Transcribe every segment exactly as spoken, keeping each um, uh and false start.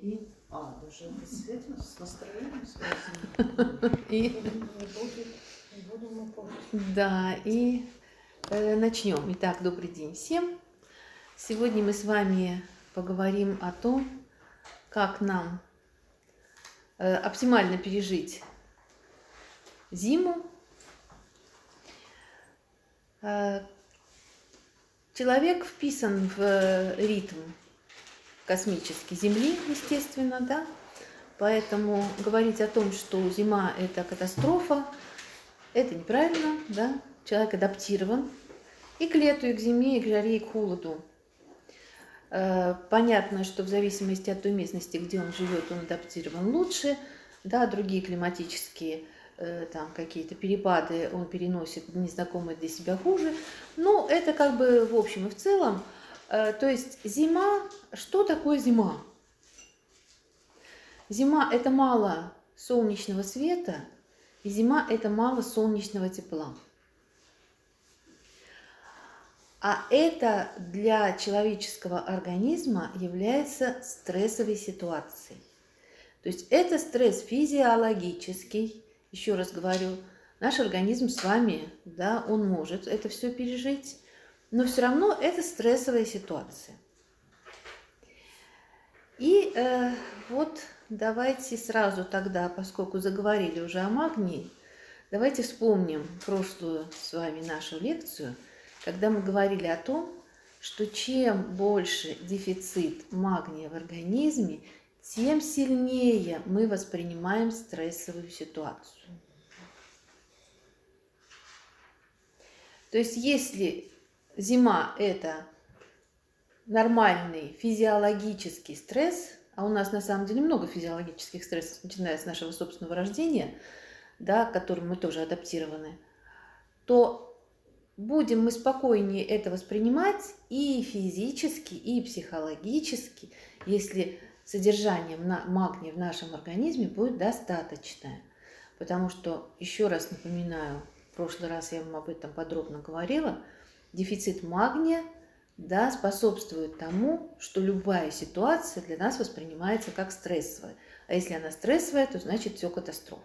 И, а, даже с этим, с настроением связано. И, да, и э, начнем. Итак, добрый день всем. Сегодня мы с вами поговорим о том, как нам э, оптимально пережить зиму. Э, человек вписан в ритм космический Земли, естественно, да, поэтому говорить о том, что зима – это катастрофа, это неправильно, да, человек адаптирован и к лету, и к зиме, и к жаре, и к холоду. Понятно, что в зависимости от той местности, где он живет, он адаптирован лучше, да, другие климатические там какие-то перепады он переносит незнакомые для себя хуже. Но это как бы в общем и в целом. То есть зима, что такое зима? Зима – это мало солнечного света, и зима – это мало солнечного тепла. А это для человеческого организма является стрессовой ситуацией. То есть это стресс физиологический, еще раз говорю, наш организм с вами, да, он может это все пережить, но все равно это стрессовая ситуация. И э, вот давайте сразу тогда, поскольку заговорили уже о магнии, давайте вспомним прошлую с вами нашу лекцию, когда мы говорили о том, что чем больше дефицит магния в организме, тем сильнее мы воспринимаем стрессовую ситуацию. То есть если зима – это нормальный физиологический стресс, а у нас на самом деле много физиологических стрессов, начиная с нашего собственного рождения, да, к которым мы тоже адаптированы, то будем мы спокойнее это воспринимать и физически, и психологически, если содержание магния в нашем организме будет достаточное. Потому что, еще раз напоминаю, в прошлый раз я вам об этом подробно говорила, дефицит магния, да, способствует тому, что любая ситуация для нас воспринимается как стрессовая. А если она стрессовая, то значит все катастрофа.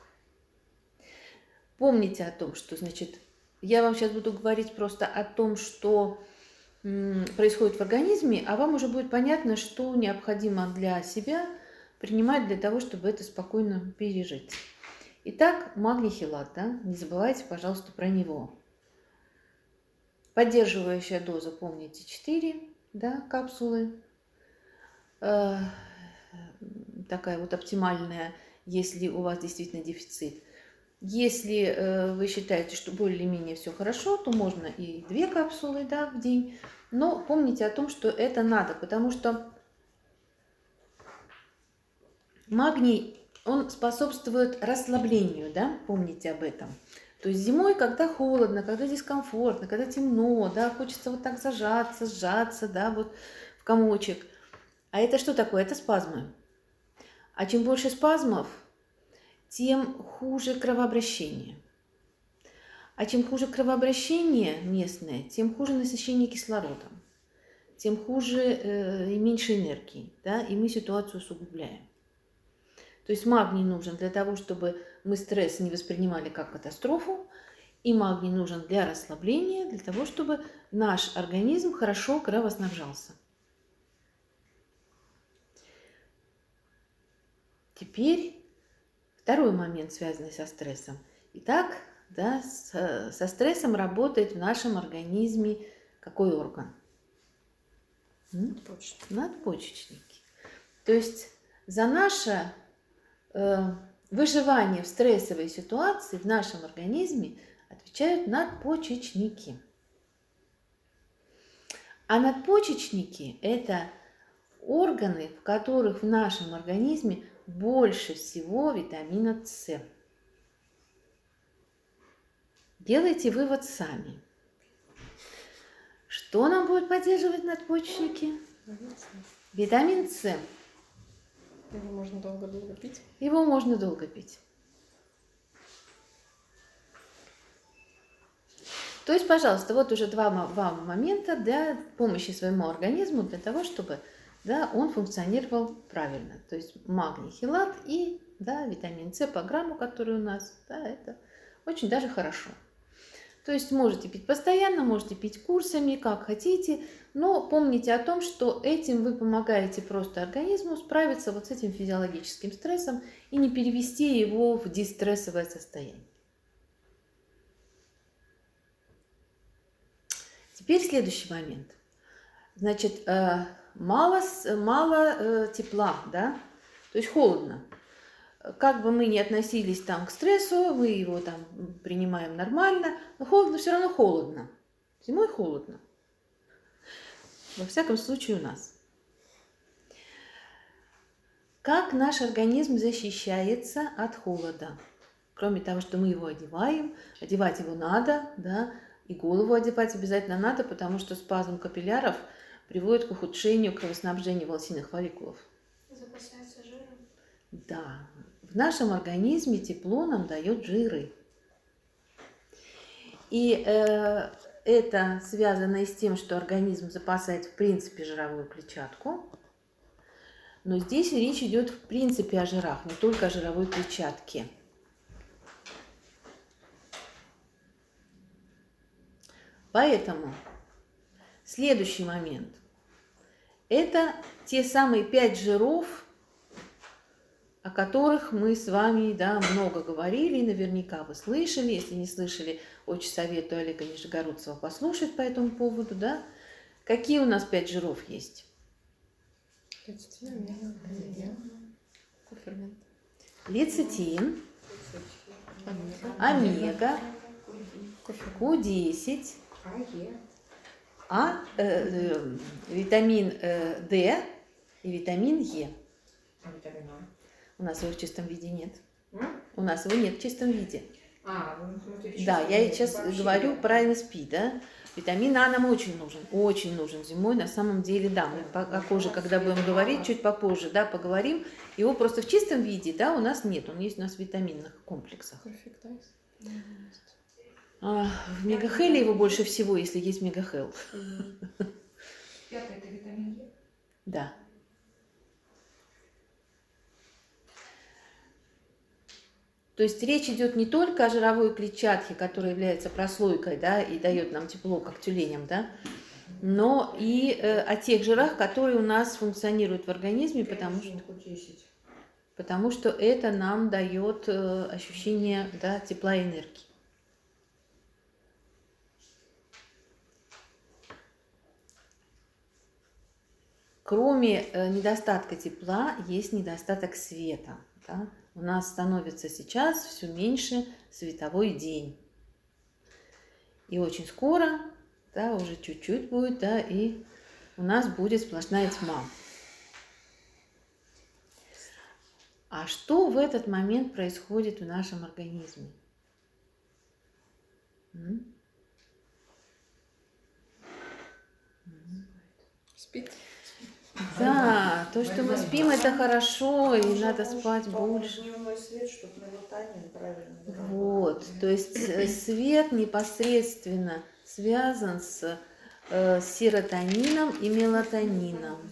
Помните о том, что, значит, я вам сейчас буду говорить просто о том, что м, происходит в организме, а вам уже будет понятно, что необходимо для себя принимать для того, чтобы это спокойно пережить. Итак, магний хелат, да, не забывайте, пожалуйста, про него. Поддерживающая доза, помните, четыре, да, капсулы. Э, такая вот оптимальная, если у вас действительно дефицит. Если э, вы считаете, что более-менее все хорошо, то можно и две капсулы, да, в день. Но помните о том, что это надо, потому что магний, он способствует расслаблению, да, помните об этом. То есть зимой, когда холодно, когда дискомфортно, когда темно, да, хочется вот так зажаться, сжаться, да, вот в комочек. А это что такое? Это спазмы. А чем больше спазмов, тем хуже кровообращение. А чем хуже кровообращение местное, тем хуже насыщение кислородом, тем хуже э, и меньше энергии, да, и мы ситуацию усугубляем. То есть магний нужен для того, чтобы мы стресс не воспринимали как катастрофу, и магний нужен для расслабления, для того, чтобы наш организм хорошо кровоснабжался. Теперь второй момент, связанный со стрессом. Итак, да, с, со стрессом работает в нашем организме какой орган? Надпочечники. Надпочечники. То есть за наше э, выживание в стрессовой ситуации в нашем организме отвечают надпочечники. А надпочечники – это органы, в которых в нашем организме больше всего витамина С. Делайте вывод сами. Что нам будет поддерживать надпочечники? Витамин С. Его можно долго-долго пить? Его можно долго пить. То есть, пожалуйста, вот уже два вам момента для помощи своему организму, для того, чтобы да, он функционировал правильно. То есть магний хелат и, да, витамин С по грамму, который у нас, да, это очень даже хорошо. То есть можете пить постоянно, можете пить курсами, как хотите, но помните о том, что этим вы помогаете просто организму справиться вот с этим физиологическим стрессом и не перевести его в дистрессовое состояние. Теперь следующий момент. Значит, мало, мало тепла, да, то есть холодно. Как бы мы ни относились там к стрессу, мы его там принимаем нормально, но холодно все равно холодно. Зимой холодно. Во всяком случае у нас. Как наш организм защищается от холода? Кроме того, что мы его одеваем, одевать его надо, да, и голову одевать обязательно надо, потому что спазм капилляров приводит к ухудшению кровоснабжения волосяных фолликулов. Запасается жиром? Да. В нашем организме тепло нам дает жиры. И э, это связано и с тем, что организм запасает в принципе жировую клетчатку. Но здесь речь идет в принципе о жирах, не только о жировой клетчатке. Поэтому следующий момент. Это те самые пять жиров, о которых мы с вами, да, много говорили, наверняка вы слышали. Если не слышали, очень советую Олега Нижегородцева послушать по этому поводу. Да. Какие у нас пять жиров есть? Лецитин, омега, ку десять, а, э, э, витамин э, D и витамин Е. У нас его в чистом виде нет. М? У нас его нет в чистом виде. А, ну, смотри, Да, чистый я вид сейчас вообще говорю нет. про эн эс пи, да. Витамин А нам очень нужен, очень нужен зимой. На самом деле, да, мы по- о коже, когда будем говорить, чуть попозже, да, поговорим. Его просто в чистом виде, да, у нас нет. Он есть у нас в витаминных комплексах. А, в мегахеле его больше всего, если есть мегахел. Пятый это витамин Е. Да. То есть речь идет не только о жировой клетчатке, которая является прослойкой, да, и дает нам тепло, как тюленям, да, но и э, о тех жирах, которые у нас функционируют в организме, потому что, потому что это нам дает э, ощущение, да, тепла и энергии. Кроме э, недостатка тепла, есть недостаток света. Да? У нас становится сейчас все меньше световой день. И очень скоро, да, уже чуть-чуть будет, да, и у нас будет сплошная тьма. А что в этот момент происходит в нашем организме? М? Спит. Да, то, что мы спим, это хорошо, и надо спать больше. Дневной свет, чтобы мелатонин правильно выработал. Вот, то есть э, свет непосредственно связан с э, серотонином и мелатонином.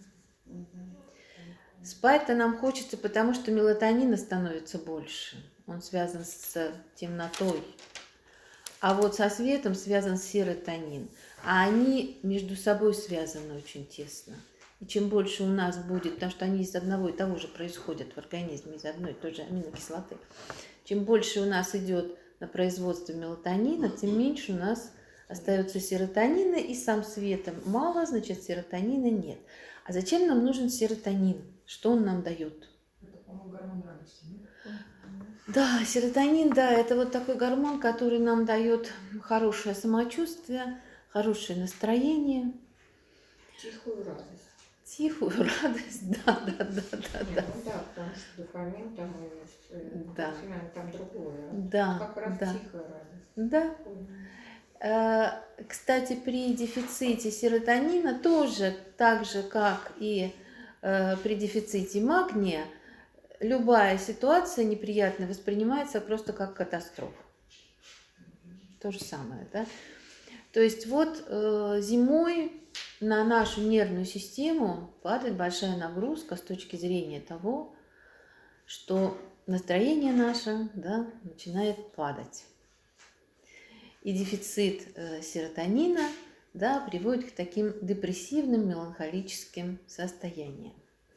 Спать-то нам хочется, потому что мелатонина становится больше. Он связан с темнотой. А вот со светом связан серотонин. А они между собой связаны очень тесно. И чем больше у нас будет, потому что они из одного и того же происходят в организме, из одной и той же аминокислоты, чем больше у нас идет на производство мелатонина, тем меньше у нас остается серотонина, и сам светом мало, значит серотонина нет. А зачем нам нужен серотонин? Что он нам дает? Это, по-моему, гормон радости, нет? Да, серотонин, да, это вот такой гормон, который нам дает хорошее самочувствие, хорошее настроение. Тихую радость. Тихую радость, да, да, да, да, Нет, да. ну да, потому что дофамин там есть, э, Да. дофамин там другое. Да, Как раз да. тихая радость. Да. Э, Кстати, при дефиците серотонина тоже, так же как и э, при дефиците магния, любая ситуация неприятная воспринимается просто как катастрофа. То же самое, да? То есть вот э, зимой на нашу нервную систему падает большая нагрузка с точки зрения того, что настроение наше, да, начинает падать. И дефицит э, серотонина, да, приводит к таким депрессивным, меланхолическим состояниям.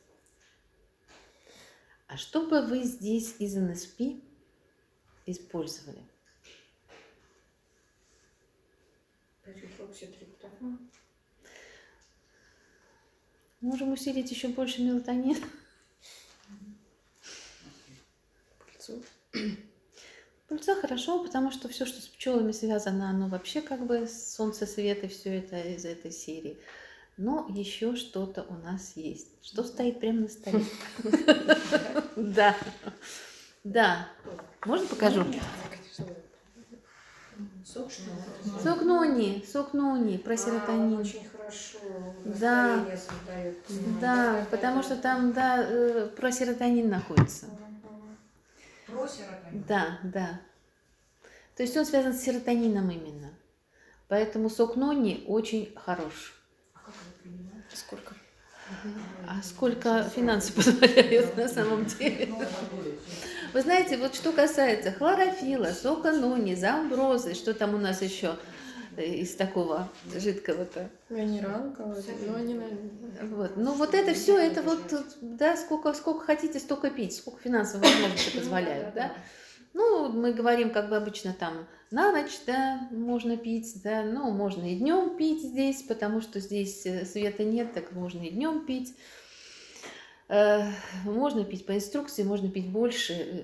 А что бы вы здесь из эн эс пэ использовали? Пятихлорокситриптофан. Можем усилить еще больше мелатонин. Пыльцу. Пыльца хорошо, потому что все, что с пчелами связано, оно вообще как бы солнце, свет и все это из этой серии. Но еще что-то у нас есть. Что стоит прямо на столе? Да. Да. Можно покажу? Сок Сок нони, сок нони про А, серотонин. очень хорошо. Да. Настроение создает. Да, потому что там, да, э, про серотонин находится. Про серотонин. Да, да. То есть он связан с серотонином именно. Поэтому сок нони очень хорош. А как вы принимаете? Сколько? А сколько финансы позволяют на самом деле? Вы знаете, вот что касается хлорофила, сока нони, замброзы, что там у нас еще из такого жидкого-то? Минералка, но не на... Вот. Ну вот это все, это вот, да, сколько, сколько хотите, столько пить, сколько финансовых возможностей позволяют, да? Ну, мы говорим, как бы обычно там на ночь, да, можно пить, да, ну, можно и днем пить здесь, потому что здесь света нет, так можно и днем пить. Э, можно пить по инструкции, можно пить больше.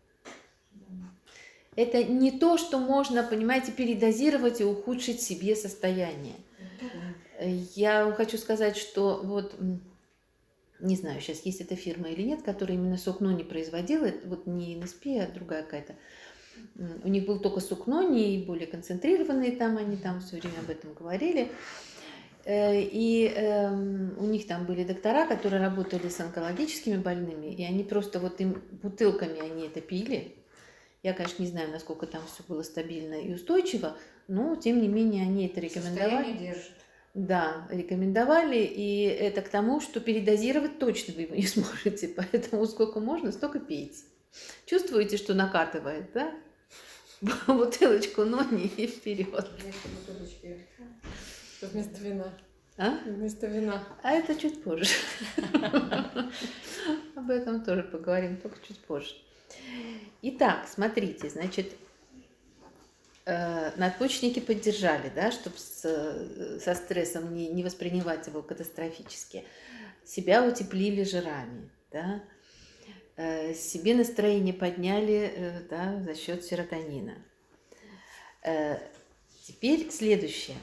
Это не то, что можно, понимаете, передозировать и ухудшить себе состояние. Я вам хочу сказать, что вот, не знаю, сейчас есть эта фирма или нет, которая именно сок нони производила, вот не эн эс пэ, а другая какая-то. У них был только сок нони, и более концентрированные там, они там все время об этом говорили. И э, у них там были доктора, которые работали с онкологическими больными, и они просто вот им бутылками они это пили. Я, конечно, не знаю, насколько там все было стабильно и устойчиво, но тем не менее они это рекомендовали. Состояние держит. Да, рекомендовали, и это к тому, что передозировать точно вы его не сможете, поэтому сколько можно, столько пейте. Чувствуете, что накатывает, да? Бутылочку нони и вперед. Вместо бутылочки. Вместо вина. А? Вместо вина. А это чуть позже. Об этом тоже поговорим, только чуть позже. Итак, смотрите, значит, надпочечники поддержали, да, чтобы с, со стрессом не, не воспринимать его катастрофически. Себя утеплили жирами, да, себе настроение подняли, да, за счет серотонина. Теперь следующее.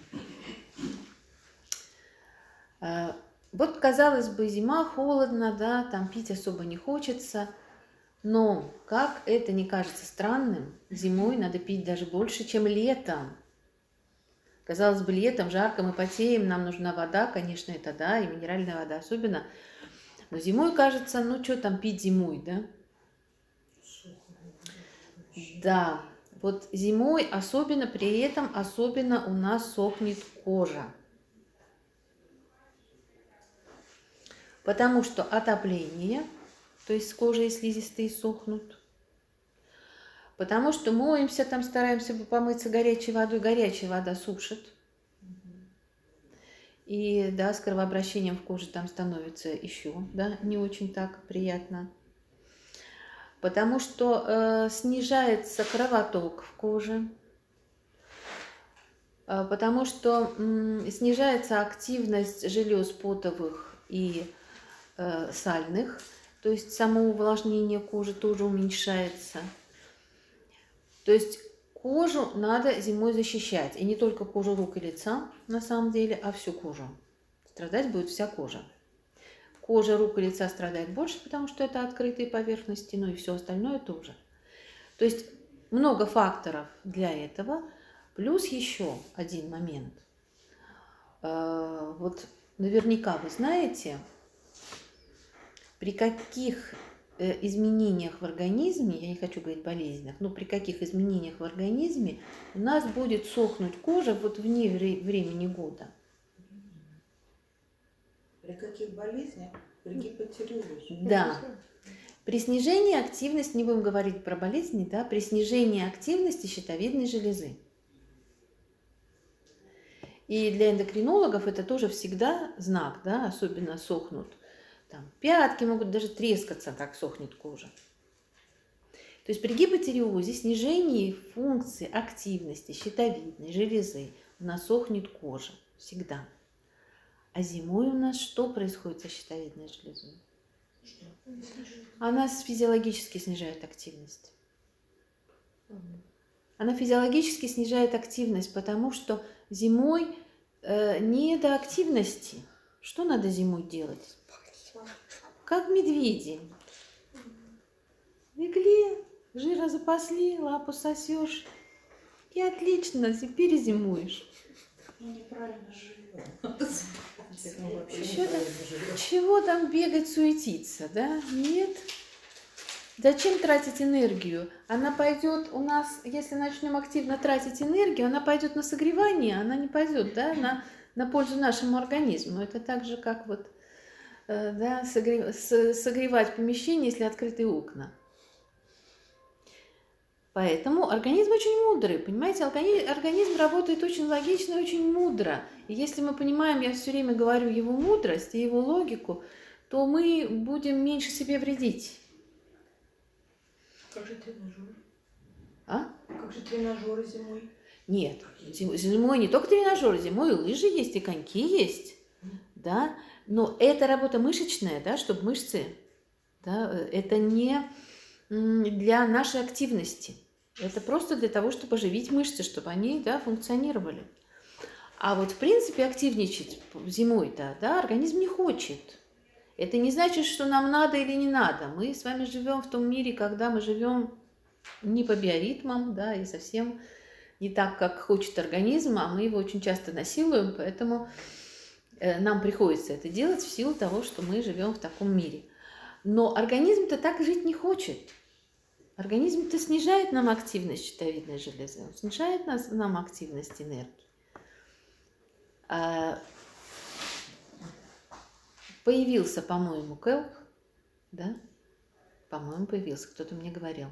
Вот, казалось бы, зима, холодно, да, там пить особо не хочется, но как это не кажется странным, зимой надо пить даже больше, чем летом. Казалось бы, летом жарко, мы потеем, нам нужна вода, конечно, это да, и минеральная вода особенно. Но зимой кажется, ну что там пить зимой, да? Да, вот зимой особенно, при этом особенно у нас сохнет кожа. Потому что отопление, то есть кожа и слизистые сохнут. Потому что моемся, там стараемся помыться горячей водой, горячая вода сушит. И да, с кровообращением в коже там становится еще, да, не очень так приятно. Потому что э, снижается кровоток в коже. Э, потому что э, снижается активность желез потовых и э, сальных. То есть само увлажнение кожи тоже уменьшается. То есть кожу надо зимой защищать. И не только кожу рук и лица, на самом деле, а всю кожу. Страдать будет вся кожа. Кожа рук и лица страдает больше, потому что это открытые поверхности, ну и все остальное тоже. То есть много факторов для этого. Плюс еще один момент. Вот наверняка вы знаете, при каких изменениях в организме, я не хочу говорить болезненных, но при каких изменениях в организме у нас будет сохнуть кожа вот вне времени года. При каких болезнях? При гипотиреозе. Да. При снижении активности, не будем говорить про болезни, да, при снижении активности щитовидной железы. И для эндокринологов это тоже всегда знак, да, особенно сохнут. Там, пятки могут даже трескаться, как сохнет кожа. То есть при гипотиреозе, снижении функции активности щитовидной железы у нас сохнет кожа всегда. А зимой у нас что происходит со щитовидной железой? Она физиологически снижает активность. Она физиологически снижает активность, потому что зимой э, не до активности. Что надо зимой делать? Как медведи. Легли, жира запасли, лапу сосешь. И отлично, перезимуешь. Ну, неправильно живем. Чего там, чего там бегать, суетиться, да? Нет. Зачем тратить энергию? Она пойдет у нас, если начнем активно тратить энергию, она пойдет на согревание, она не пойдет, да, на, на пользу нашему организму. Это так же, как вот, э, да, согрев, с, согревать помещение, если открыты окна. Поэтому организм очень мудрый, понимаете, организм, организм работает очень логично, очень мудро. И если мы понимаем, я все время говорю его мудрость и его логику, то мы будем меньше себе вредить. Как же тренажеры? А? Как же тренажеры зимой? Нет, зим- зимой не только тренажеры, зимой и лыжи есть, и коньки есть, да, но это работа мышечная, да, чтобы мышцы, да, это не м, для нашей активности, это просто для того, чтобы оживить мышцы, чтобы они, да, функционировали. А вот в принципе активничать зимой-то, да, организм не хочет. Это не значит, что нам надо или не надо. Мы с вами живем в том мире, когда мы живем не по биоритмам, да, и совсем не так, как хочет организм, а мы его очень часто насилуем, поэтому э, нам приходится это делать в силу того, что мы живем в таком мире. Но организм-то так жить не хочет. Организм-то снижает нам активность щитовидной железы, он снижает нас, нам активность энергии. А, появился, по-моему, кэлп, да? По-моему, появился, кто-то мне говорил.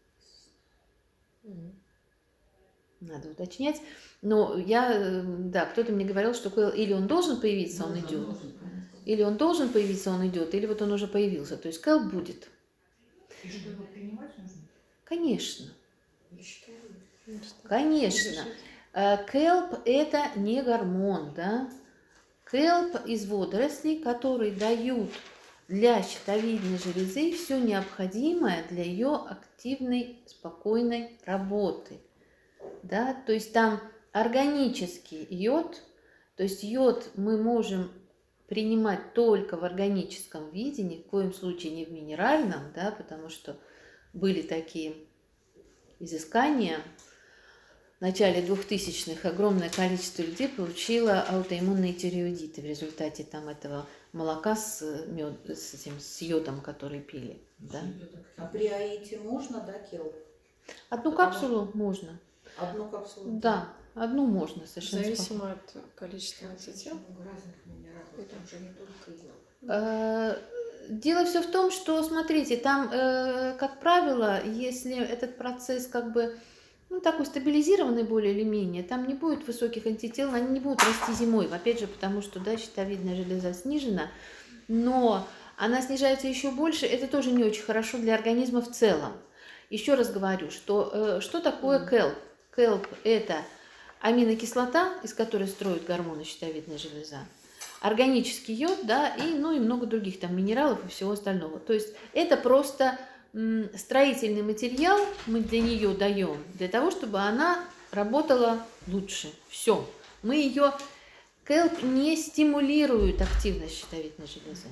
Надо уточнять. Но я, да, кто-то мне говорил, что кэлп или он должен появиться, он идет, или он должен появиться, он идет, или вот он уже появился. То есть кэлп будет. И что его принимать нужно? Конечно, Я считаю. конечно. Э, Кэлп – это не гормон, да? Кэлп из водорослей, которые дают для щитовидной железы все необходимое для ее активной, спокойной работы. Да? То есть там органический йод, то есть йод мы можем принимать только в органическом виде, ни в коем случае не в минеральном, да, потому что были такие изыскания. В начале двухтысячных огромное количество людей получило аутоиммунные тиреоидиты в результате там этого молока с, мед, с, этим, с йодом, который пили. Да? А при аите можно, да, кел? Одну Потому- капсулу можно. Одну капсулу? Да, одну можно совершенно спокойно. Зависимо от количества антител. Много разных минералов. Там же не только йод. Э, Дело все в том, что, смотрите, там, э, как правило, если этот процесс как бы, ну, такой стабилизированный более или менее, там не будет высоких антител, они не будут расти зимой, опять же, потому что, да, щитовидная железа снижена, но она снижается еще больше, это тоже не очень хорошо для организма в целом. Еще раз говорю, что, э, что такое кэлп? Кэлп – это аминокислота, из которой строят гормоны щитовидная железа, органический йод, да, и, ну, и много других там минералов и всего остального. То есть это просто м, строительный материал мы для нее даем, для того, чтобы она работала лучше. Все. Мы ее, кэлп не стимулирует активность щитовидной железы.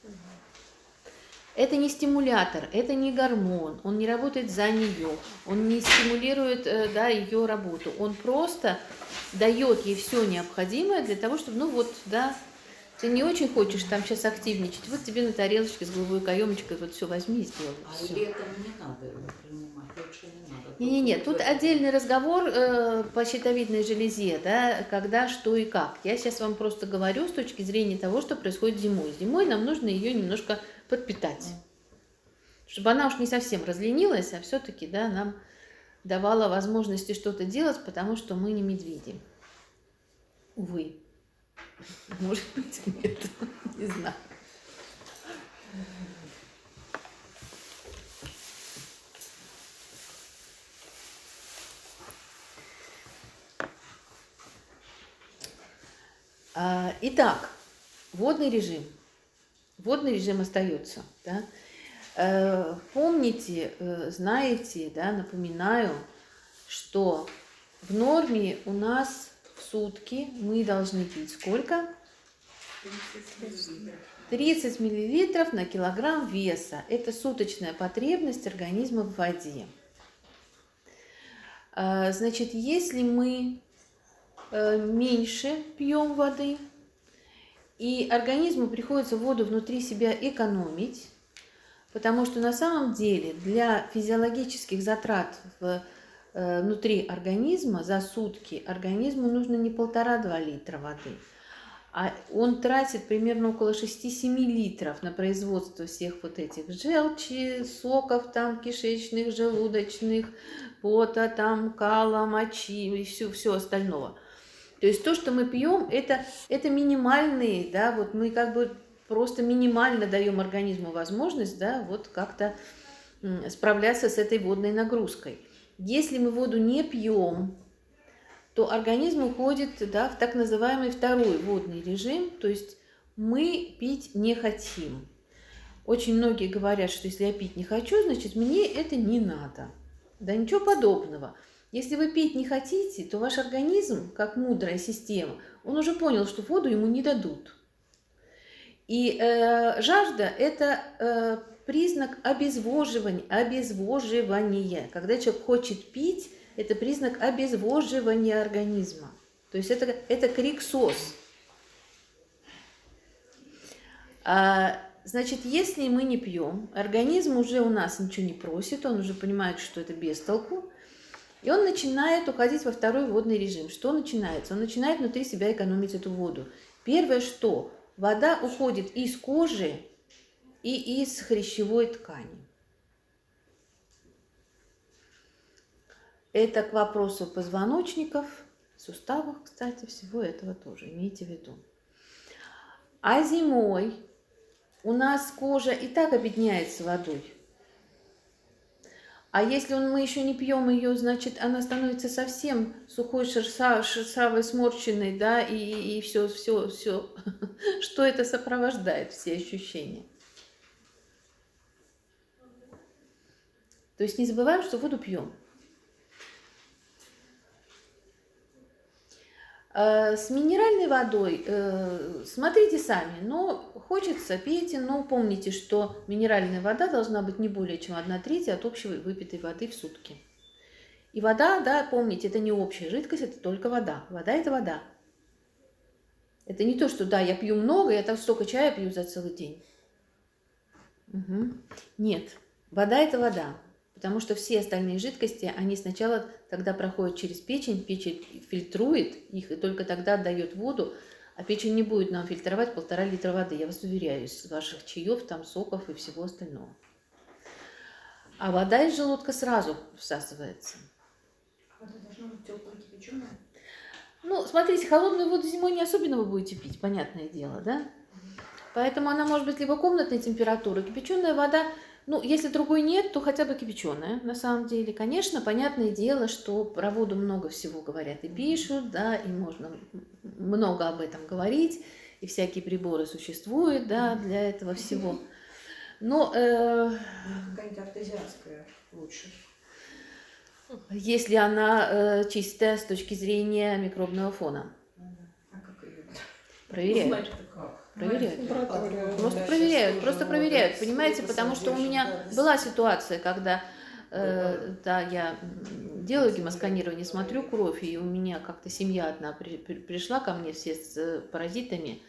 Это не стимулятор, это не гормон, он не работает за нее, он не стимулирует, э, да, ее работу, он просто дает ей все необходимое для того, чтобы, ну вот, да, Ты не очень хочешь там сейчас активничать, вот тебе на тарелочке с голубой каемочкой вот все возьми и сделай. А всё. летом не надо его принимать, лучше не надо. Не-не-не, Только тут вот в этом. отдельный разговор э, по щитовидной железе, да, когда, что и как. Я сейчас вам просто говорю с точки зрения того, что происходит зимой. Зимой нам нужно ее немножко подпитать, чтобы она уж не совсем разленилась, а все-таки, да, нам давала возможности что-то делать, потому что мы не медведи. Увы. Может быть, нет, не знаю. А, Итак, водный режим. Водный режим остается. Да? Э, Помните, э, знаете, да, напоминаю, что в норме у нас в сутки мы должны пить сколько? тридцать миллилитров на килограмм веса. Это суточная потребность организма в воде. А, Значит, если мы э, меньше пьем воды, и организму приходится воду внутри себя экономить, потому что на самом деле для физиологических затрат в, э, внутри организма за сутки организму нужно не полтора-два литра воды, а он тратит примерно около шести-семи литров на производство всех вот этих желчи, соков там кишечных, желудочных, пота, там, кала, мочи и все, все остального. То есть то, что мы пьем, это, это минимальные, да, вот мы как бы просто минимально даем организму возможность, да, вот как-то м, справляться с этой водной нагрузкой. Если мы воду не пьем, то организм уходит, да, в так называемый второй водный режим, то есть мы пить не хотим. Очень многие говорят, что если я пить не хочу, значит мне это не надо. Да ничего подобного. Если вы пить не хотите, то ваш организм, как мудрая система, он уже понял, что воду ему не дадут. И э, жажда – это э, признак обезвоживания, обезвоживания. Когда человек хочет пить, это признак обезвоживания организма. То есть это, это крик СОС. А, значит, если мы не пьем, организм уже у нас ничего не просит, он уже понимает, что это бестолку, и он начинает уходить во второй водный режим. Что начинается? Он начинает внутри себя экономить эту воду. Первое, что вода уходит из кожи и из хрящевой ткани. Это к вопросу позвоночников, суставов, кстати, всего этого тоже имейте в виду. А зимой у нас кожа и так обедняется водой. А если он, мы еще не пьем ее, значит, она становится совсем сухой, шерша, шершавой, сморщенной, да, и, и, и все, все, все, что это сопровождает, все ощущения. То есть не забываем, что воду пьем. С минеральной водой смотрите сами, но хочется, пейте, но помните, что минеральная вода должна быть не более чем одна треть от общей выпитой воды в сутки. И вода, да, помните, это не общая жидкость, это только вода. Вода – это вода. Это не то, что, да, я пью много, я так столько чая пью за целый день. Угу. Нет, вода – это вода. Потому что все остальные жидкости, они сначала тогда проходят через печень, печень фильтрует их и только тогда отдает воду, а печень не будет нам фильтровать полтора литра воды, я вас уверяю, из ваших чаев, там, соков и всего остального. А вода из желудка сразу всасывается. Вода должна быть теплая, кипяченая. Ну, смотрите, холодную воду зимой не особенно вы будете пить, понятное дело, да? Поэтому она может быть либо комнатной температуры, кипяченая вода. Ну, если другой нет, то хотя бы кипяченая, на самом деле. Конечно, понятное дело, что про воду много всего говорят и пишут, да, и можно много об этом говорить, и всякие приборы существуют, да, для этого всего. Но э, какая-нибудь артезианская лучше. Если она э, чистая с точки зрения микробного фона. А как ее? Проверяют. Узнать-то как? Проверяют. Проверяют. Просто Да, проверяют, сейчас просто тоже проверяют, много понимаете, сколько потому что у содержит, меня да, была ситуация, когда э, да, я делаю гемосканирование, смотрю кровь, и у меня как-то семья одна при, при, пришла ко мне все с паразитами,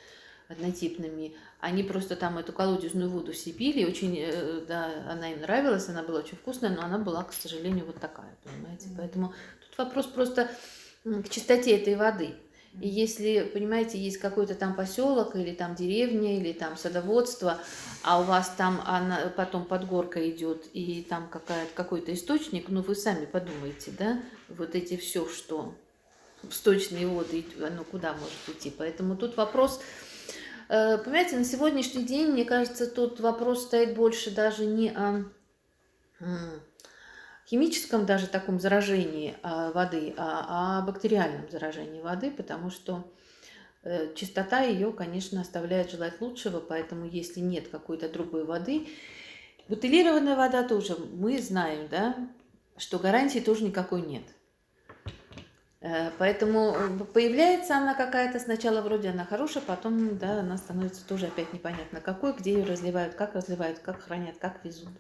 однотипными. Они просто там эту колодезную воду все пили, очень, э, да, она им нравилась, она была очень вкусная, но она была, к сожалению, вот такая, понимаете. Мгм. Поэтому тут вопрос просто м, к чистоте этой воды. И если, понимаете, есть какой-то там поселок или там деревня или там садоводство, а у вас там она потом под горкой идет и там какая-то, какой-то источник, ну вы сами подумайте, да, вот эти все, что в сточные воды, оно куда может идти. Поэтому тут вопрос, э, понимаете, на сегодняшний день, мне кажется, тут вопрос стоит больше даже не о м, химическом даже таком заражении а, воды, а о бактериальном заражении воды, потому что э, чистота ее, конечно, оставляет желать лучшего, поэтому если нет какой-то другой воды, бутилированная вода тоже, мы знаем, да, что гарантии тоже никакой нет. Э, Поэтому э, появляется она какая-то, сначала вроде она хорошая, потом, да, она становится тоже опять непонятно какой, где ее разливают, как разливают, как хранят, как везут.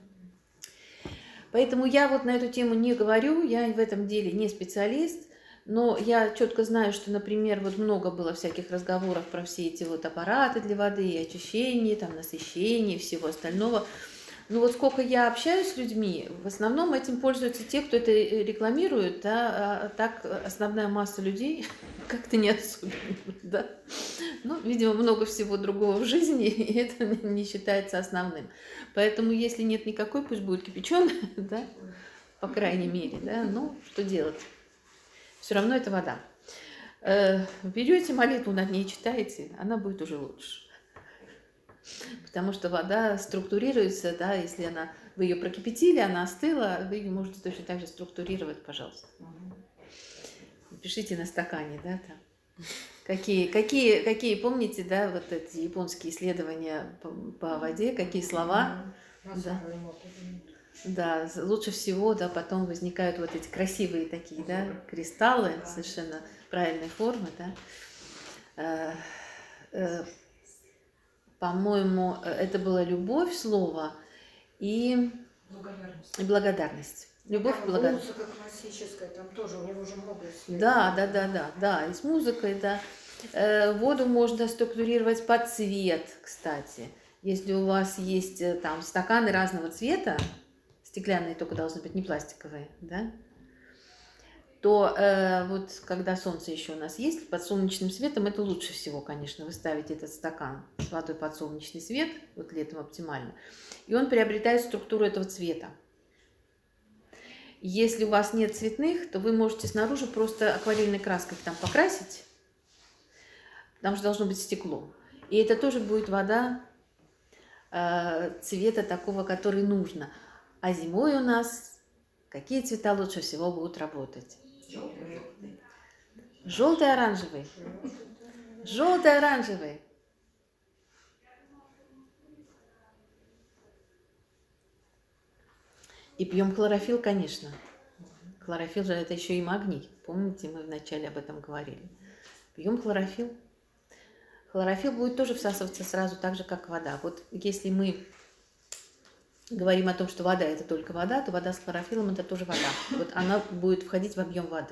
Поэтому я вот на эту тему не говорю, я в этом деле не специалист, но я четко знаю, что, например, вот много было всяких разговоров про все эти вот аппараты для воды, и очищение, там, насыщение и всего остального. Ну вот сколько я общаюсь с людьми, в основном этим пользуются те, кто это рекламирует, да, а так основная масса людей как-то не особенно, да. Ну, видимо, много всего другого в жизни, и это не считается основным. Поэтому, если нет никакой, пусть будет кипяченая, да, по крайней мере, да, ну, что делать? Все равно это вода. Э, Берете молитву, над ней читаете, она будет уже лучше. Потому что вода структурируется, да, если она, вы ее прокипятили, она остыла, вы ее можете точно так же структурировать, пожалуйста. Пишите на стакане, да, там. Какие, какие, какие, помните, да, вот эти японские исследования по, по воде, какие слова? Да. Да, лучше всего, да, потом возникают вот эти красивые такие, да, кристаллы, совершенно правильной формы, да. Э, э, По-моему, это была любовь, слово, и Благодарность. и благодарность. Любовь и благодарность. Музыка классическая, там тоже у него уже много исследований. Да, да, да, да, да, и с музыкой, да. Э, Воду можно структурировать под цвет, кстати. Если у вас есть э, там стаканы разного цвета, стеклянные только должны быть, не пластиковые, да, то э, вот когда солнце еще у нас есть, под солнечным светом это лучше всего, конечно, вы ставите этот стакан с водой под солнечный свет, вот летом оптимально, и он приобретает структуру этого цвета. Если у вас нет цветных, то вы можете снаружи просто акварельной краской там покрасить, там же должно быть стекло. И это тоже будет вода э, цвета такого, который нужно. А зимой у нас какие цвета лучше всего будут работать? Желтый, оранжевый. Желтый, оранжевый. И пьем хлорофилл, конечно. Хлорофилл же это еще и магний. Помните, мы вначале об этом говорили. Пьем хлорофилл. Хлорофилл будет тоже всасываться сразу так же, как вода. Вот если мы говорим о том, что вода это только вода, то вода с хлорофиллом это тоже вода. Вот она будет входить в объем воды.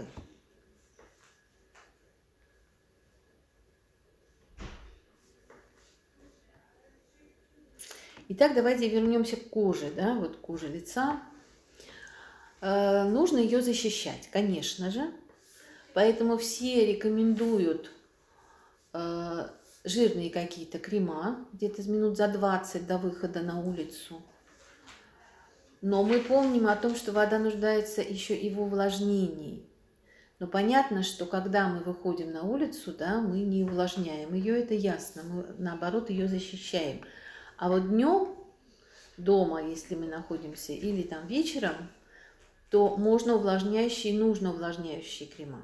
Итак, давайте вернемся к коже, да, вот к коже лица. Э, нужно ее защищать, конечно же. Поэтому все рекомендуют э, жирные какие-то крема, где-то минут за двадцать до выхода на улицу. Но мы помним о том, что вода нуждается еще и в увлажнении. Но понятно, что когда мы выходим на улицу, да, мы не увлажняем ее, это ясно, мы наоборот ее защищаем. А вот днем дома, если мы находимся, или там вечером, то можно увлажняющие, нужно увлажняющие крема.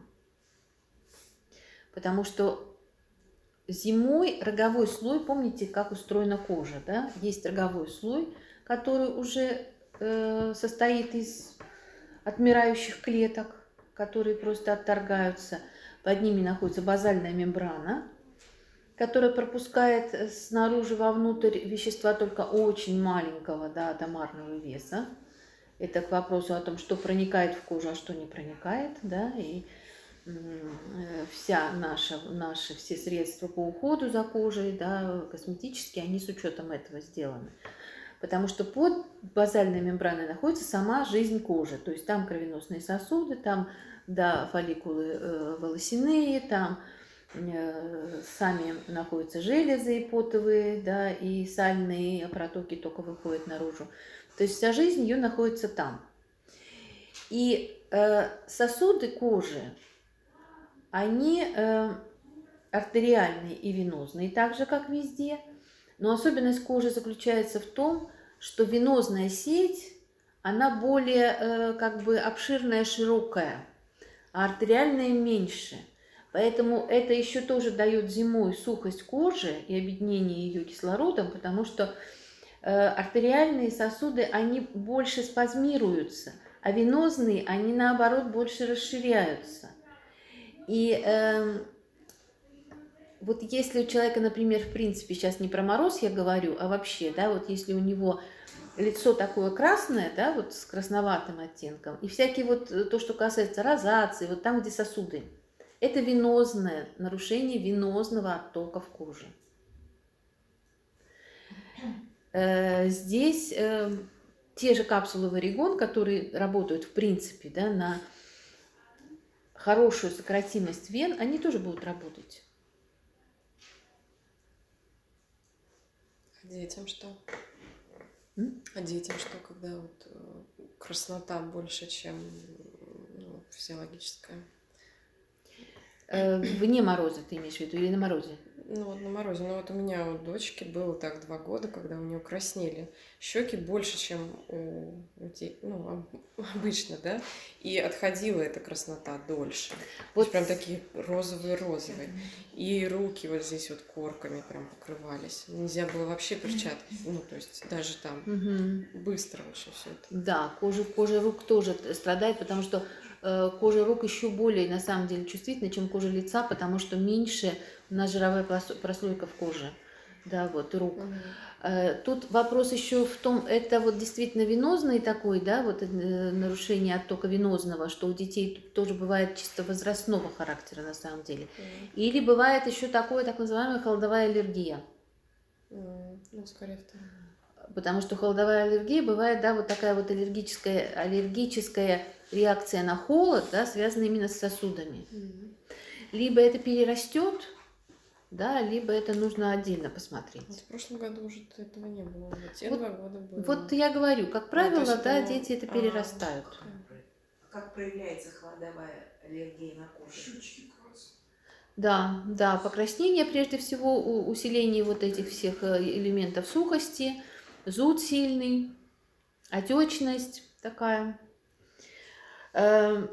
Потому что зимой роговой слой, помните, как устроена кожа, да? Есть роговой слой, который уже э, состоит из отмирающих клеток, которые просто отторгаются. Под ними находится базальная мембрана, которая пропускает снаружи вовнутрь вещества только очень маленького, да, атомарного веса. Это к вопросу о том, что проникает в кожу, а что не проникает, да, и вся наша, наши все средства по уходу за кожей, да, косметические, они с учетом этого сделаны. Потому что под базальной мембраной находится сама жизнь кожи. То есть там кровеносные сосуды, там да, фолликулы э, волосяные, там э, сами находятся железы потовые, да, и сальные протоки только выходят наружу. То есть вся жизнь ее находится там. И э, сосуды кожи, они э, артериальные и венозные, так же, как везде. Но особенность кожи заключается в том, что венозная сеть, она более э, как бы обширная, широкая, а артериальная меньше. Поэтому это еще тоже дает зимой сухость кожи и объединение ее кислородом, потому что э, артериальные сосуды, они больше спазмируются, а венозные, они наоборот больше расширяются. И э, вот если у человека, например, в принципе, сейчас не про мороз я говорю, а вообще, да, вот если у него лицо такое красное, да, вот с красноватым оттенком, и всякие вот то, что касается розации, вот там, где сосуды, это венозное, нарушение венозного оттока в коже. Э, здесь э, те же капсулы Варигон, которые работают в принципе, да, на хорошую сократимость вен, они тоже будут работать. А детям что? М? А детям что, когда вот э, краснота больше, чем ну, физиологическая? Э, вне мороза ты имеешь в виду или на морозе? Ну вот на морозе. Ну вот у меня у дочки было так два года, когда у нее краснели щеки больше, чем у людей, ну, обычно, да, и отходила эта краснота дольше. Вот прям такие розовые-розовые. И руки вот здесь вот корками прям покрывались. Нельзя было вообще перчатки, ну то есть даже там Угу. быстро очень все это. Да, кожа, кожа рук тоже страдает, потому что э, кожа рук еще более на самом деле чувствительна, чем кожа лица, потому что меньше у нас жировая прослойка в коже, да, вот рук. Угу. Э, тут вопрос еще в том, это вот действительно венозный такой, да, вот э, нарушение оттока венозного, что у детей тоже бывает чисто возрастного характера на самом деле. Угу. Или бывает еще такое так называемая холодовая аллергия. Угу. Ну, скорее второе. Потому что холодовая аллергия бывает, да, вот такая вот аллергическая, аллергическая реакция на холод, да, связанная именно с сосудами. Mm-hmm. Либо это перерастет, да, либо это нужно отдельно посмотреть. Вот в прошлом году уже этого не было. Вот те вот, два года было. Вот я говорю, как правило, а, да, это... дети это перерастают. А как проявляется холодовая аллергия на коже? Да, да, покраснение, прежде всего, усиление вот этих всех элементов сухости, зуд сильный, отечность такая. Э,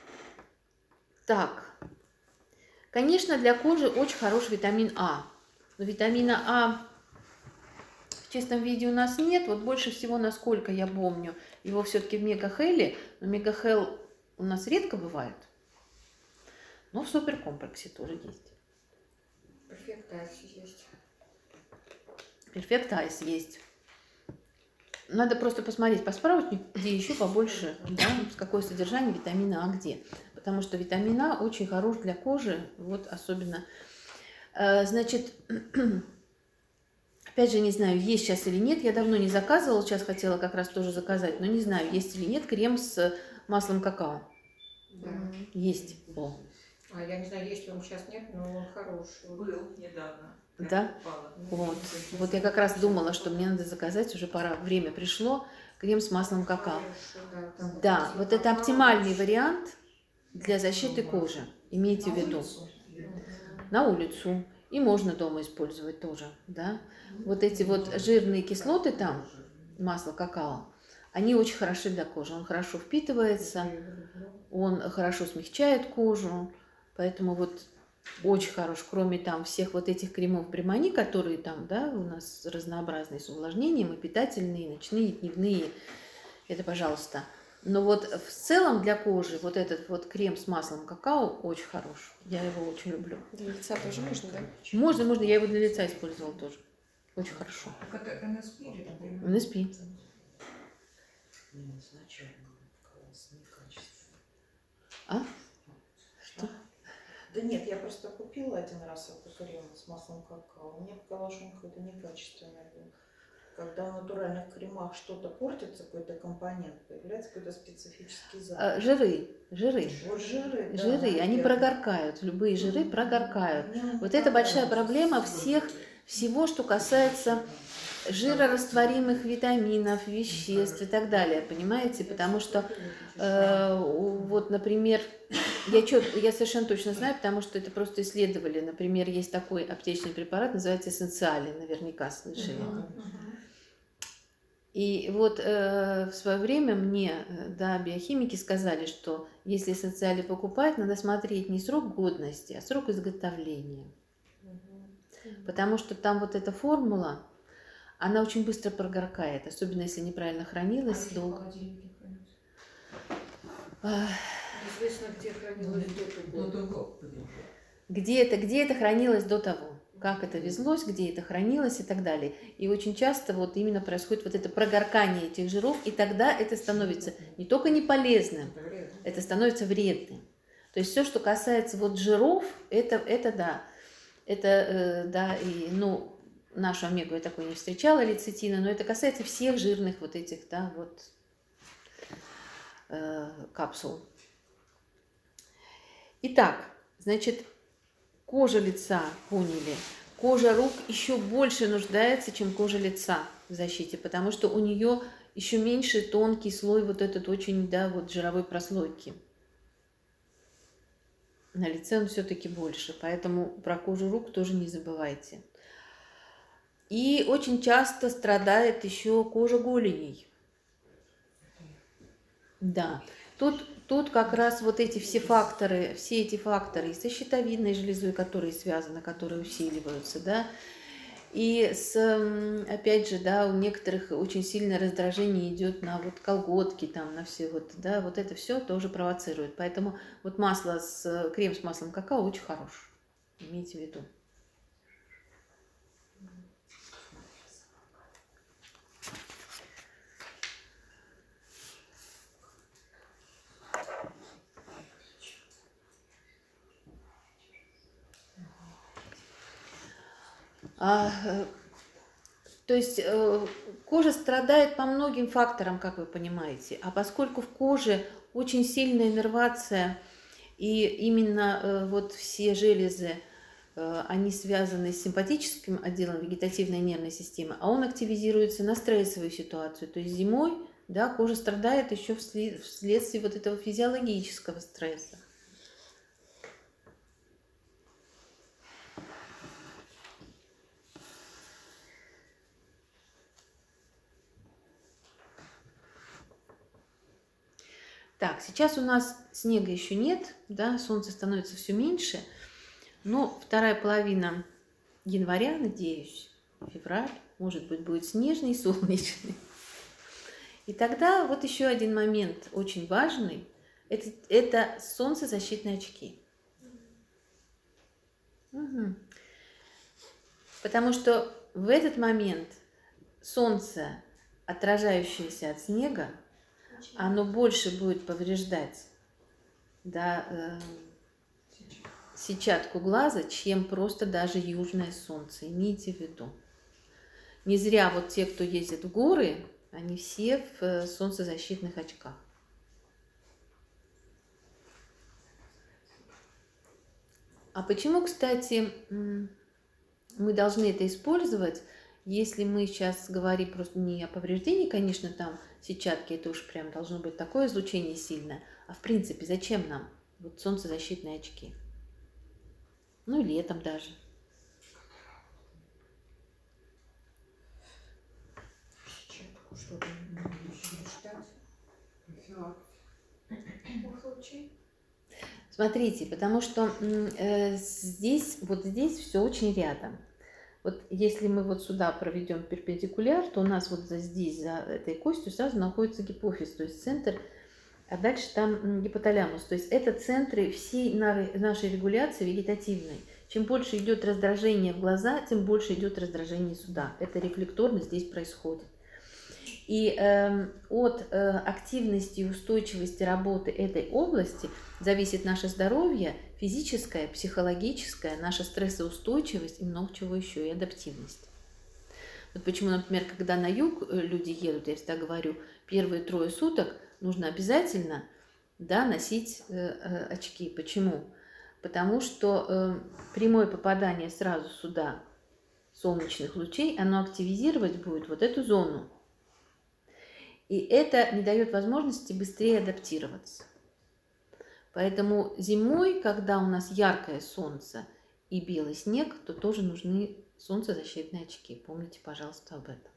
так, конечно, для кожи очень хорош витамин А. Но витамина А в чистом виде у нас нет. Вот больше всего, насколько я помню, его все-таки в мегахеле. Но мегахел у нас редко бывает. Но в суперкомплексе тоже есть. Перфект Айс есть. Перфект Айс есть. Надо просто посмотреть по справочнику, где еще побольше, да, какое содержание витамина А где. Потому что витамин А очень хорош для кожи, вот особенно. Значит, опять же, не знаю, есть сейчас или нет, я давно не заказывала, сейчас хотела как раз тоже заказать, но не знаю, есть или нет крем с маслом какао. Да. Есть. О. А я не знаю, есть ли он сейчас, нет, но он хороший. Был недавно. Да? Вот. Вот я как раз думала, что мне надо заказать, уже пора, время пришло, крем с маслом какао. Хороший, да, Да, вот это оптимальный вариант для защиты кожи, имейте в виду. На улицу. И можно дома использовать тоже, да. Вот эти вот жирные кислоты там, масло какао, они очень хороши для кожи. Он хорошо впитывается, он хорошо смягчает кожу, поэтому вот очень хорош, кроме там всех вот этих кремов Бремани, которые там, да, у нас разнообразные с увлажнением, и питательные, и ночные, и дневные, это пожалуйста. Но вот в целом для кожи вот этот вот крем с маслом какао очень хорош. Я его очень люблю. Для лица тоже можно, да? Можно, можно. Я его для лица использовала тоже. Очень хорошо. Как это эн эс пи или эн эс пи. А? Что? Да нет, я просто купила один раз этот крем с маслом какао. Мне показалось, что он какой-то некачественный был. Когда в натуральных кремах что-то портится, какой-то компонент, появляется какой-то специфический запах. А, Жиры, жиры. Вот жиры, да, Жиры, они наверное. прогоркают, любые жиры прогоркают. Мне он не Вот это большая понравился. проблема всех, всего, что касается жирорастворимых витаминов, веществ и так далее, понимаете? Потому что, э, вот, например, я, чё, я совершенно точно знаю, потому что это просто исследовали. Например, есть такой аптечный препарат, называется эссенциали, наверняка слышали. И вот э, в свое время мне, э, да, биохимики сказали, что если эссенциали покупать, надо смотреть не срок годности, а срок изготовления. Потому что там вот эта формула, она очень быстро прогоркает, особенно если неправильно хранилась долго. Ах, Известно, где хранилось до того. Где это, где это хранилось до того, как это везлось, где это хранилось и так далее. И очень часто вот именно происходит вот это прогоркание этих жиров, и тогда это становится не только не полезным, это становится вредным. То есть все, что касается вот жиров, это, это да, это э, да, и, ну, нашу омегу я такой не встречала, лецитина, но это касается всех жирных вот этих, да, вот э, капсул. Итак, значит, кожа лица, поняли, кожа рук еще больше нуждается, чем кожа лица в защите, потому что у нее еще меньше тонкий слой вот этот очень, да, вот жировой прослойки. На лице он все-таки больше, поэтому про кожу рук тоже не забывайте. И очень часто страдает еще кожа голеней. Да, тут, тут как раз вот эти все факторы, все эти факторы и со щитовидной железой, которые связаны, которые усиливаются, да, и с, опять же, да, у некоторых очень сильное раздражение идет на вот колготки, там, на все вот, да, вот это все тоже провоцирует. Поэтому вот масло с, крем с маслом какао очень хорош, имейте в виду. А, то есть э, кожа страдает по многим факторам, как вы понимаете, а поскольку в коже очень сильная иннервация, и именно э, вот все железы, э, они связаны с симпатическим отделом вегетативной нервной системы, а он активизируется на стрессовую ситуацию. То есть зимой, да, кожа страдает еще вслед, вследствие вот этого физиологического стресса. Так, сейчас у нас снега еще нет, да, солнце становится все меньше, но вторая половина января, надеюсь, февраль, может быть, будет снежный, солнечный. И тогда вот еще один момент очень важный, это, это солнцезащитные очки. Угу. Потому что в этот момент солнце, отражающееся от снега, оно больше будет повреждать, да, э, сетчатку глаза, чем просто даже южное солнце. Имейте в виду. Не зря вот те, кто ездит в горы, они все в э, солнцезащитных очках. А почему, кстати, мы должны это использовать, если мы сейчас говорим просто не о повреждении, конечно, там сетчатки, это уж прям должно быть такое излучение сильное, а в принципе, зачем нам вот солнцезащитные очки? Ну, летом даже. Сетчатку, чтобы не ждать. Смотрите, потому что э, здесь, вот здесь все очень рядом. Вот если мы вот сюда проведем перпендикуляр, то у нас вот здесь, за этой костью, сразу находится гипофиз, то есть центр, а дальше там гипоталамус. То есть это центры всей нашей регуляции вегетативной. Чем больше идет раздражение в глаза, тем больше идет раздражение сюда. Это рефлекторно здесь происходит. И э, от э, активности и устойчивости работы этой области зависит наше здоровье, физическое, психологическое, наша стрессоустойчивость и много чего еще, и адаптивность. Вот почему, например, когда на юг люди едут, я всегда говорю, первые трое суток нужно обязательно, да, носить э, э, очки. Почему? Потому что э, прямое попадание сразу сюда солнечных лучей, оно активизировать будет вот эту зону. И это не дает возможности быстрее адаптироваться. Поэтому зимой, когда у нас яркое солнце и белый снег, то тоже нужны солнцезащитные очки. Помните, пожалуйста, об этом.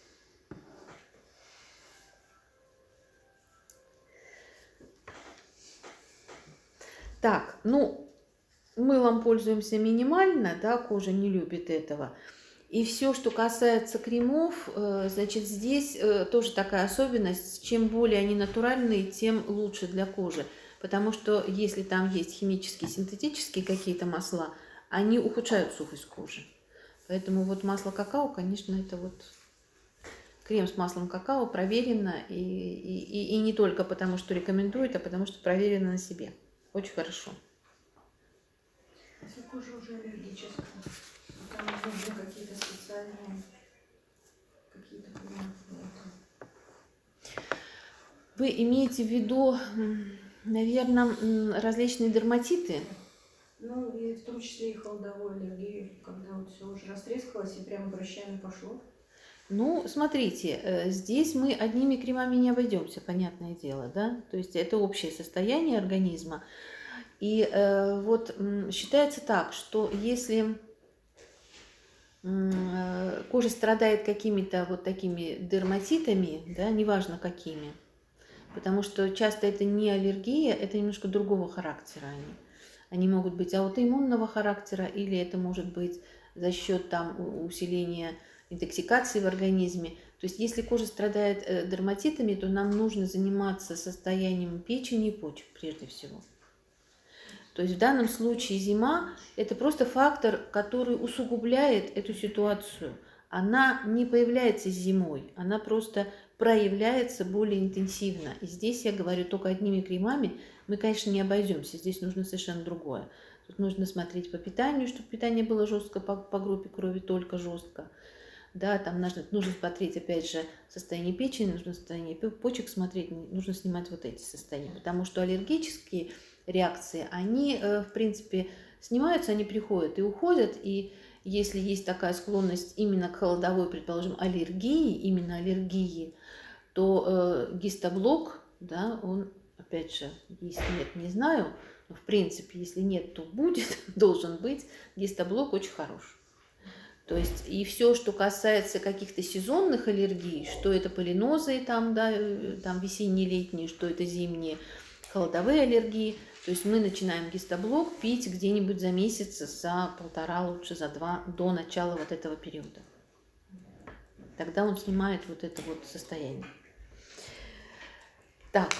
Так, ну, мылом пользуемся минимально, да, кожа не любит этого. И все, что касается кремов, значит, здесь тоже такая особенность, чем более они натуральные, тем лучше для кожи. Потому что если там есть химические, синтетические какие-то масла, они ухудшают сухость кожи. Поэтому вот масло какао, конечно, это вот крем с маслом какао проверено. И, и, и не только потому, что рекомендуют, а потому что проверено на себе. Очень хорошо. Если кожа уже аллергическая, там нужны какие-то специальные, какие-то кремы. Вы имеете в виду, наверное, различные дерматиты? Ну, и в том числе и холодовую аллергию, когда вот все уже растрескалось и прямо прыщами пошло. Ну, смотрите, здесь мы одними кремами не обойдемся, понятное дело, да? То есть это общее состояние организма. И э, вот считается так, что если э, кожа страдает какими-то вот такими дерматитами, да, неважно какими, потому что часто это не аллергия, это немножко другого характера они. Они могут быть аутоиммунного характера, или это может быть за счет там усиления интоксикации в организме. То есть если кожа страдает э, дерматитами, то нам нужно заниматься состоянием печени и почек прежде всего. То есть в данном случае зима – это просто фактор, который усугубляет эту ситуацию. Она не появляется зимой, она просто проявляется более интенсивно. И здесь я говорю только одними кремами. Мы, конечно, не обойдемся. Здесь нужно совершенно другое. Тут нужно смотреть по питанию, чтобы питание было жестко, по, по группе крови только жестко. Да, там нужно, нужно смотреть, опять же, состояние печени, нужно состояние почек смотреть, нужно снимать вот эти состояния. Потому что аллергические реакции, они, в принципе, снимаются, они приходят и уходят. И если есть такая склонность именно к холодовой, предположим, аллергии, именно аллергии, то э, гистоблок, да, он, опять же, есть, нет, не знаю, но в принципе, если нет, то будет, должен быть, гистоблок очень хорош. То есть и все, что касается каких-то сезонных аллергий, что это полинозы, там, да, там весенние, летние, что это зимние, холодовые аллергии, то есть мы начинаем гистоблок пить где-нибудь за месяц, за полтора, лучше за два, до начала вот этого периода. Тогда он снимает вот это вот состояние. Так,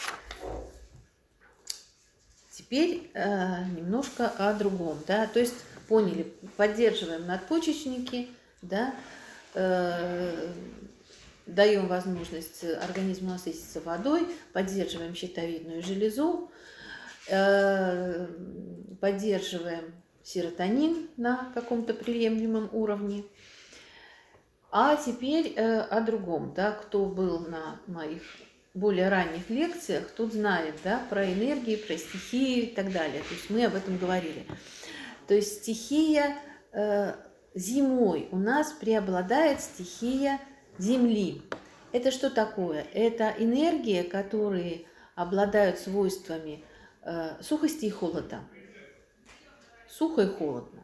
теперь э, немножко о другом, да, то есть поняли, поддерживаем надпочечники, да, э, даем возможность организму насытиться водой, поддерживаем щитовидную железу, э, поддерживаем серотонин на каком-то приемлемом уровне. А теперь э, о другом, да, кто был на моих более ранних лекциях, тут знает, да, про энергии, про стихии и так далее. То есть мы об этом говорили. То есть стихия э, зимой у нас преобладает стихия Земли. Это что такое? Это энергии, которые обладают свойствами э, сухости и холода. Сухо и холодно.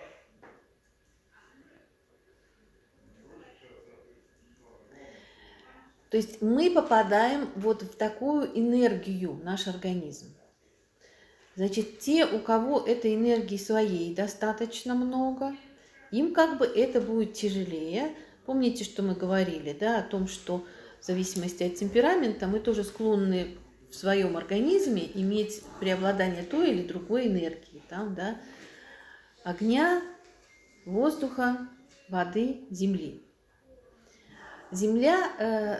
То есть мы попадаем вот в такую энергию, наш организм. Значит, те, у кого этой энергии своей достаточно много, им как бы это будет тяжелее. Помните, что мы говорили, да, о том, что в зависимости от темперамента мы тоже склонны в своем организме иметь преобладание той или другой энергии. Там, да, огня, воздуха, воды, земли. Земля э,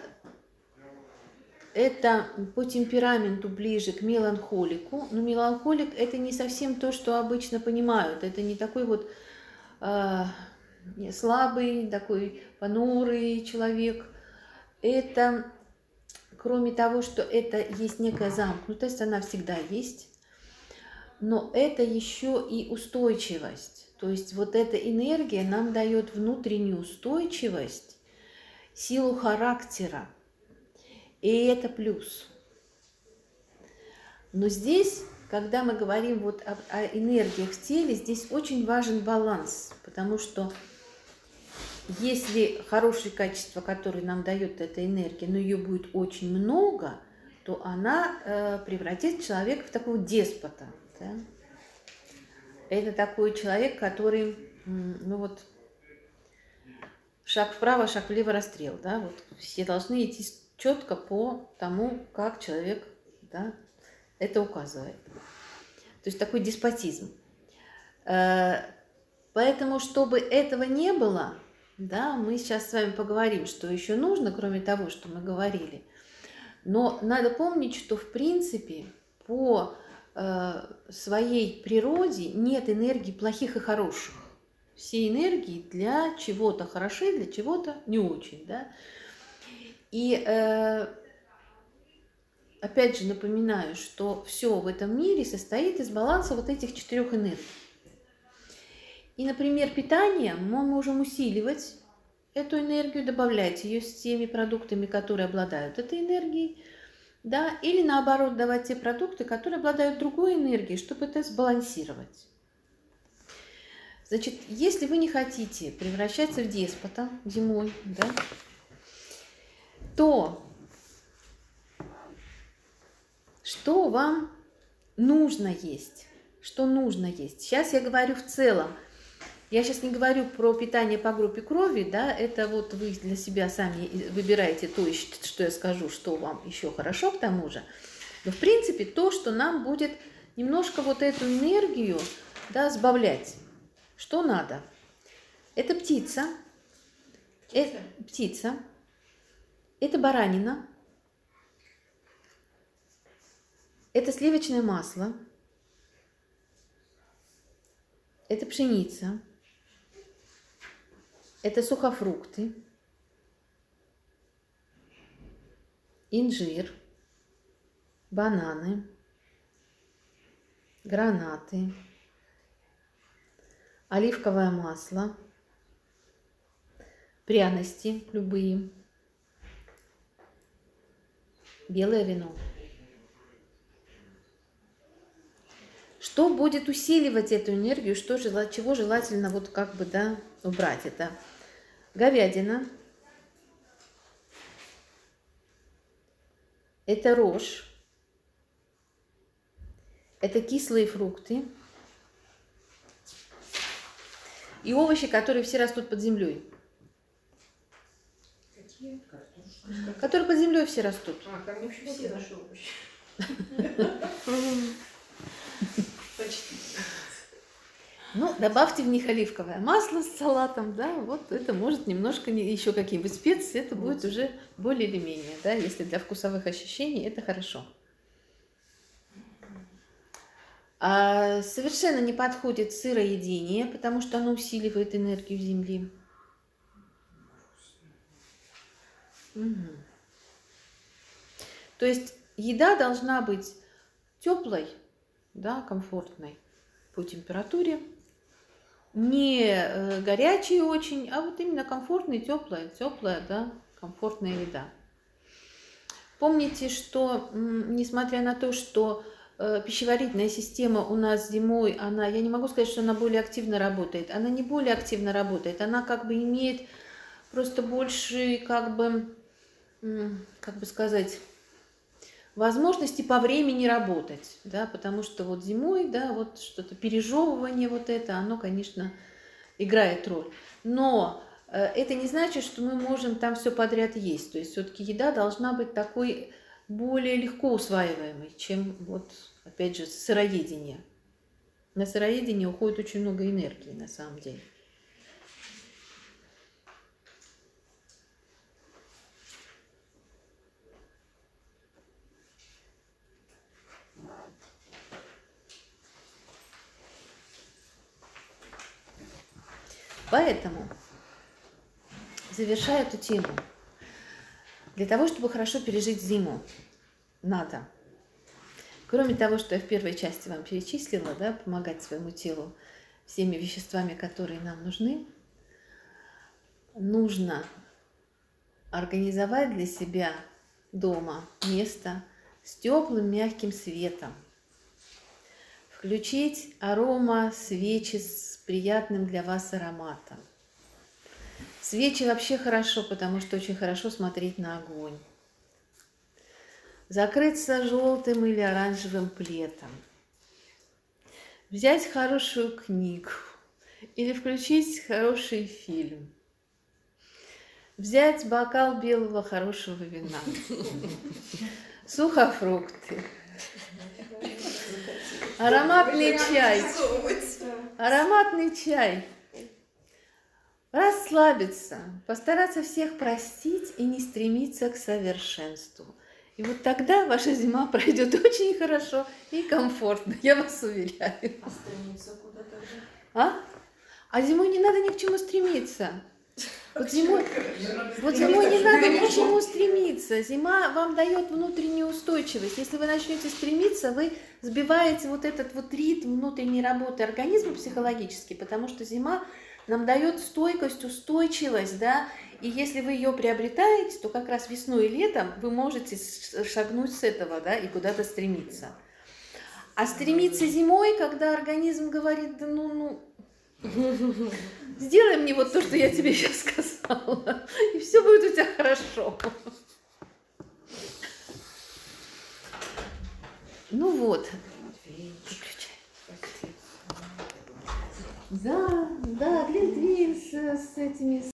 это по темпераменту ближе к меланхолику, но меланхолик это не совсем то, что обычно понимают. Это не такой вот э, слабый, такой понурый человек. Это, кроме того, что это есть некая замкнутость, она всегда есть, но это еще и устойчивость. То есть вот эта энергия нам дает внутреннюю устойчивость, силу характера. И это плюс. Но здесь, когда мы говорим вот о, о энергиях в теле, здесь очень важен баланс, потому что если хорошие качества, которые нам дает эта энергия, но ее будет очень много, то она э, превратит человека в такого деспота. Да? Это такой человек, который, ну вот, шаг вправо, шаг влево, расстрел. Да? Вот все должны идти четко по тому, как человек, да, это указывает. То есть такой деспотизм. Э, поэтому, чтобы этого не было, да, мы сейчас с вами поговорим, что еще нужно, кроме того, что мы говорили. Но надо помнить, что в принципе по э, своей природе нет энергии плохих и хороших. Все энергии для чего-то хороши, для чего-то не очень. Да? И э, опять же напоминаю, что все в этом мире состоит из баланса вот этих четырех энергий. И, например, питание мы можем усиливать эту энергию, добавлять ее с теми продуктами, которые обладают этой энергией, да, или наоборот давать те продукты, которые обладают другой энергией, чтобы это сбалансировать. Значит, если вы не хотите превращаться в деспота зимой, да, то что вам нужно есть? Что нужно есть? Сейчас я говорю в целом. Я сейчас не говорю про питание по группе крови, да, это вот вы для себя сами выбираете то, что я скажу, что вам еще хорошо к тому же. Но в принципе то, что нам будет немножко вот эту энергию, да, сбавлять. Что надо? Это птица, птица, э, птица, это баранина, это сливочное масло, это пшеница. Это сухофрукты, инжир, бананы, гранаты, оливковое масло, пряности любые, белое вино. Что будет усиливать эту энергию, что, чего желательно вот как бы, да, убрать? Это говядина, это рожь, это кислые фрукты и овощи, которые все растут под землей. Какие? Картошка. Которые под землей все растут. А, там вообще все наши овощи. Почти. Ну, добавьте в них оливковое масло с салатом, да, вот это может немножко, еще какие-нибудь специи, это будет уже более или менее, да, если для вкусовых ощущений, это хорошо. А совершенно не подходит сыроедение, потому что оно усиливает энергию Земли. Угу. То есть еда должна быть теплой, да, комфортной по температуре, не э, горячей очень, а вот именно комфортная, теплая, теплая, да, комфортная еда. Помните, что м, несмотря на то, что э, пищеварительная система у нас зимой, она, я не могу сказать, что она более активно работает, она не более активно работает, она как бы имеет просто больше, как бы, м, как бы сказать, возможности по времени работать, да, потому что вот зимой, да, вот что-то пережевывание вот это, оно, конечно, играет роль. Но э, это не значит, что мы можем там все подряд есть. То есть все-таки еда должна быть такой более легко усваиваемой, чем вот, опять же, сыроедение. На сыроедение уходит очень много энергии, на самом деле. Поэтому, завершая эту тему, для того, чтобы хорошо пережить зиму, надо, кроме того, что я в первой части вам перечислила, да, помогать своему телу всеми веществами, которые нам нужны, нужно организовать для себя дома место с теплым мягким светом, включить арома свечи с приятным для вас ароматом. Свечи вообще хорошо, потому что очень хорошо смотреть на огонь. Закрыться желтым или оранжевым пледом. Взять хорошую книгу или включить хороший фильм. Взять бокал белого хорошего вина. Сухофрукты. Ароматный чай. Ароматный чай. Расслабиться, постараться всех простить и не стремиться к совершенству. И вот тогда ваша зима пройдет очень хорошо и комфортно, я вас уверяю. А стремиться куда-то же? А? А зимой не надо ни к чему стремиться. Вот зимой, вот зимой не надо ни к чему стремиться. Зима вам дает внутреннюю устойчивость. Если вы начнете стремиться, вы сбиваете вот этот вот ритм внутренней работы организма психологически, потому что зима нам дает стойкость, устойчивость, да, и если вы ее приобретаете, то как раз весной и летом вы можете шагнуть с этого, да, и куда-то стремиться. А стремиться зимой, когда организм говорит, да ну, ну, сделай мне вот то, что я тебе сейчас сказала, и все будет у тебя хорошо. Ну вот. Да, да, глинтвейн с, с этими